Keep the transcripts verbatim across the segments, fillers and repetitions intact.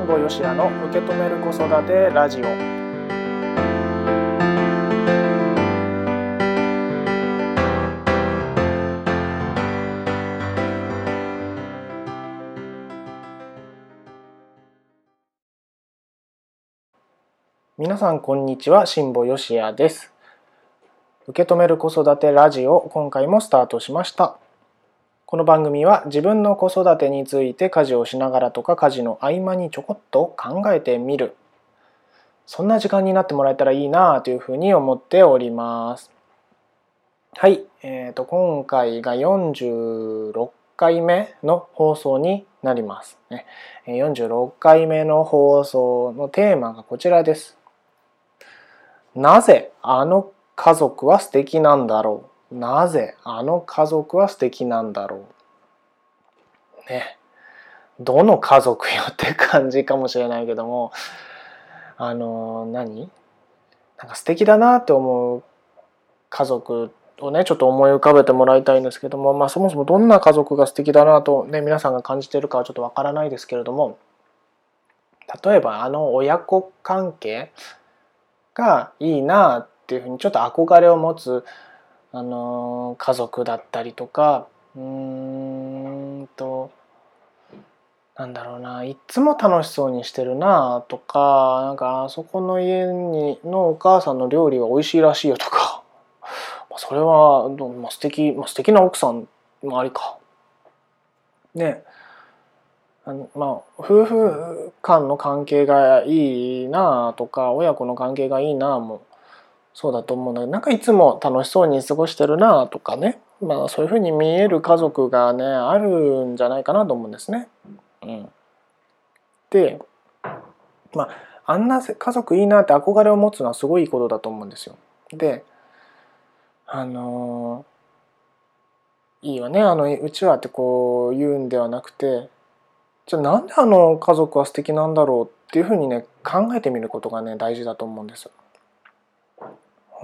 保よしやの受け止める子育てラジオ。皆さんこんにちは、新保よしやです。受け止める子育てラジオ、今回もスタートしました。この番組は自分の子育てについて家事をしながらとか家事の合間にちょこっと考えてみる、そんな時間になってもらえたらいいなというふうに思っております。はい、えーと今回がよんじゅうろっかいめの放送になりますね。よんじゅうろっかいめの放送のテーマがこちらです。なぜあの家族は素敵なんだろう。なぜあの家族は素敵なんだろう。ね。どの家族よって感じかもしれないけども、あの何？なんか素敵だなって思う家族をね、ちょっと思い浮かべてもらいたいんですけども、まあそもそもどんな家族が素敵だなとね、皆さんが感じているかはちょっとわからないですけれども、例えばあの親子関係がいいなっていうふうにちょっと憧れを持つあの家族だったりとか、うーんとなんだろうな、いつも楽しそうにしてるなとか、なんかあそこの家にのお母さんの料理は美味しいらしいよとか、それはどう、まあ、素敵、まあ、素敵な奥さんもありかね。あのまあ夫婦間の関係がいいなとか、親子の関係がいいなもそうだと思うんだけど、なんかいつも楽しそうに過ごしてるなとかね、まあそういうふうに見える家族がねあるんじゃないかなと思うんですね。うん、で、まああんな家族いいなって憧れを持つのはすごいいいことだと思うんですよ。で、あのいいわね、あのうちはってこう言うんではなくて、じゃあなんであの家族は素敵なんだろうっていうふうにね考えてみることがね大事だと思うんです。うん、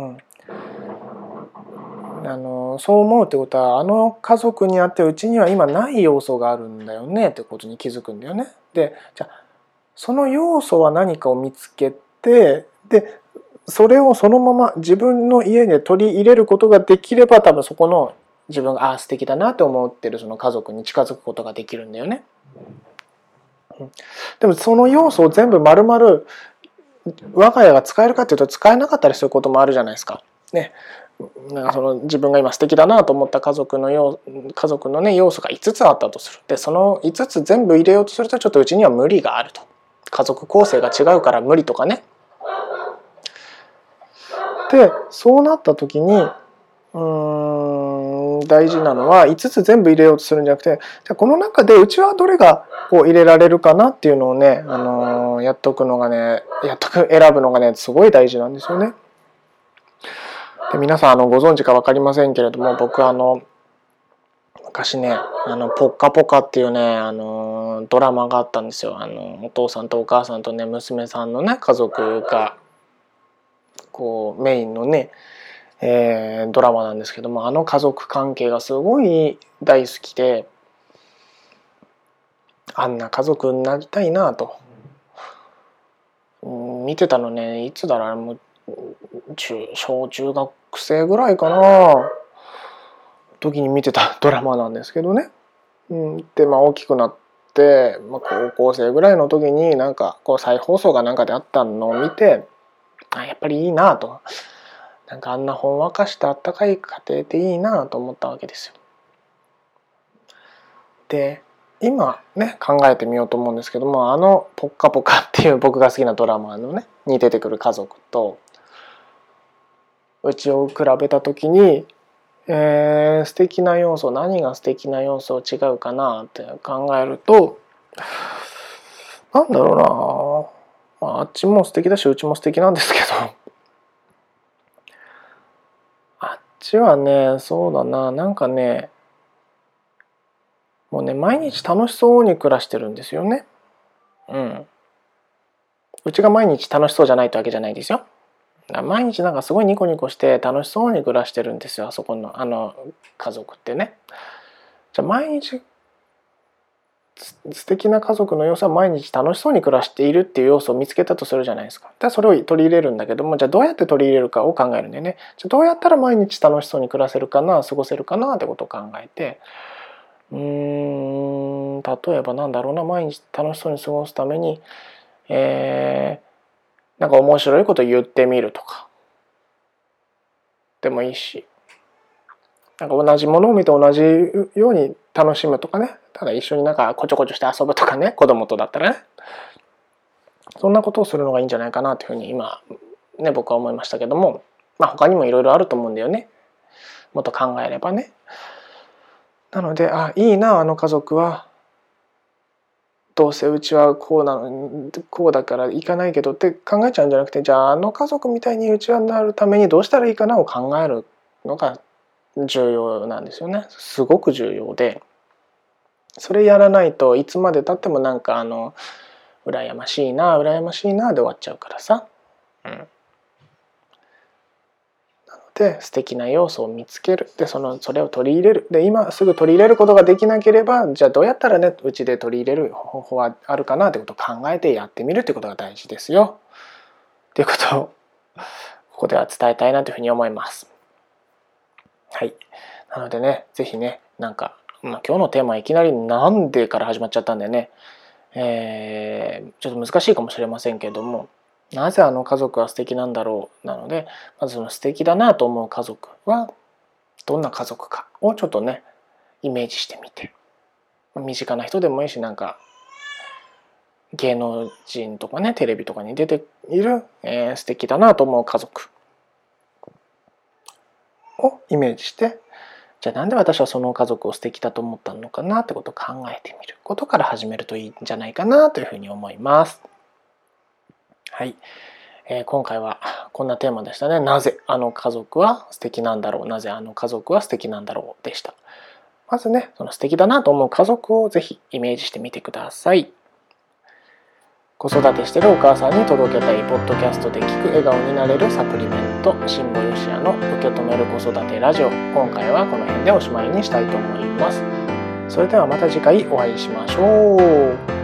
あのそう思うってことは、あの家族にあってうちには今ない要素があるんだよねってことに気づくんだよね。で、じゃあその要素は何かを見つけて、でそれをそのまま自分の家で取り入れることができれば、多分そこの自分がああ素敵だなと思ってるその家族に近づくことができるんだよね。でもその要素を全部丸々我が家が使えるかっていうと使えなかったりすることもあるじゃないですか。ね。なんかその自分が今素敵だなと思った家族の要家族のね要素がいつつあったとする。でそのいつつ全部入れようとするとちょっとうちには無理があると。家族構成が違うから無理とかね。でそうなった時にうーん大事なのはいつつ全部入れようとするんじゃなくて、じゃこの中でうちはどれがこう入れられるかなっていうのをね、あのー、やっとくのがねやっとく選ぶのがねすごい大事なんですよね。で皆さんあのご存知か分かりませんけれども、僕あの昔ねあのポッカポカっていうねあのドラマがあったんですよ。あのお父さんとお母さんとね娘さんのね家族がこうメインのね、えー、ドラマなんですけども、あの家族関係がすごい大好きで、あんな家族になりたいなと、うん、見てたのね、いつだろう、もう中小中学生ぐらいかな時に見てたドラマなんですけどね。うん、でまあ大きくなって、まあ、高校生ぐらいの時になんかこう再放送がなんかであったのを見て、あやっぱりいいなと、なんかあんなほんわかしたあったかい家庭っていいなと思ったわけですよ。で今ね考えてみようと思うんですけども、あの「ポッカポカ」っていう僕が好きなドラマのねに出てくる家族とうちを比べた時に、えー、素敵な要素、何が素敵な要素違うかなって考えると、なんだろうな、まあ、あっちも素敵だしうちも素敵なんですけど、あっちはねそうだな、なんかねもうね毎日楽しそうに暮らしてるんですよね。うん。うちが毎日楽しそうじゃないってわけじゃないですよ。毎日なんかすごいニコニコして楽しそうに暮らしてるんですよ、あそこのあの家族ってね。じゃあ毎日素敵な家族の要素は毎日楽しそうに暮らしているっていう要素を見つけたとするじゃないですか。でそれを取り入れるんだけども、じゃあどうやって取り入れるかを考えるんだよね。じゃあどうやったら毎日楽しそうに暮らせるかな、過ごせるかなってことを考えて、うーん例えばなんだろうな、毎日楽しそうに過ごすために、えー、なんか面白いことを言ってみるとかでもいいし、なんか同じものを見て同じように楽しむとかね、ただ一緒になんかこちょこちょして遊ぶとかね、子供とだったらね、そんなことをするのがいいんじゃないかなというふうに今ね僕は思いましたけども、まあ他にもいろいろあると思うんだよね、もっと考えればね。なので、あ、いいなあの家族は、どうせうちはこうなのこうだから行かないけどって考えちゃうんじゃなくて、じゃああの家族みたいにうちわになるためにどうしたらいいかなを考えるのが重要なんですよね。すごく重要で、それやらないといつまでたってもなんかあの羨ましいな羨ましいなで終わっちゃうからさ。うん、なので素敵な要素を見つける。でそのそれを取り入れる。で今すぐ取り入れることができなければ、じゃあどうやったらねうちで取り入れる方法はあるかなってことを考えてやってみるってことが大事ですよっていうことをここでは伝えたいなというふうに思います。はい。なのでね、ぜひね、なんか、まあ、今日のテーマはいきなりなんでから始まっちゃったんでね、えー、ちょっと難しいかもしれませんけれども、なぜあの家族は素敵なんだろうなので、まずその素敵だなと思う家族はどんな家族かをちょっとねイメージしてみて、身近な人でもいいし、なんか芸能人とかねテレビとかに出ている、えー、素敵だなと思う家族をイメージして、じゃあなんで私はその家族を素敵だと思ったのかなってことを考えてみることから始めるといいんじゃないかなというふうに思います。はい、えー、今回はこんなテーマでしたね。なぜあの家族は素敵なんだろう、なぜあの家族は素敵なんだろうでした。まずね、その素敵だなと思う家族をぜひイメージしてみてください。子育てしてるお母さんに届けたいポッドキャストで聞く笑顔になれるサプリメント、辛坊よしやの受け止める子育てラジオ、今回はこの辺でおしまいにしたいと思います。それではまた次回お会いしましょう。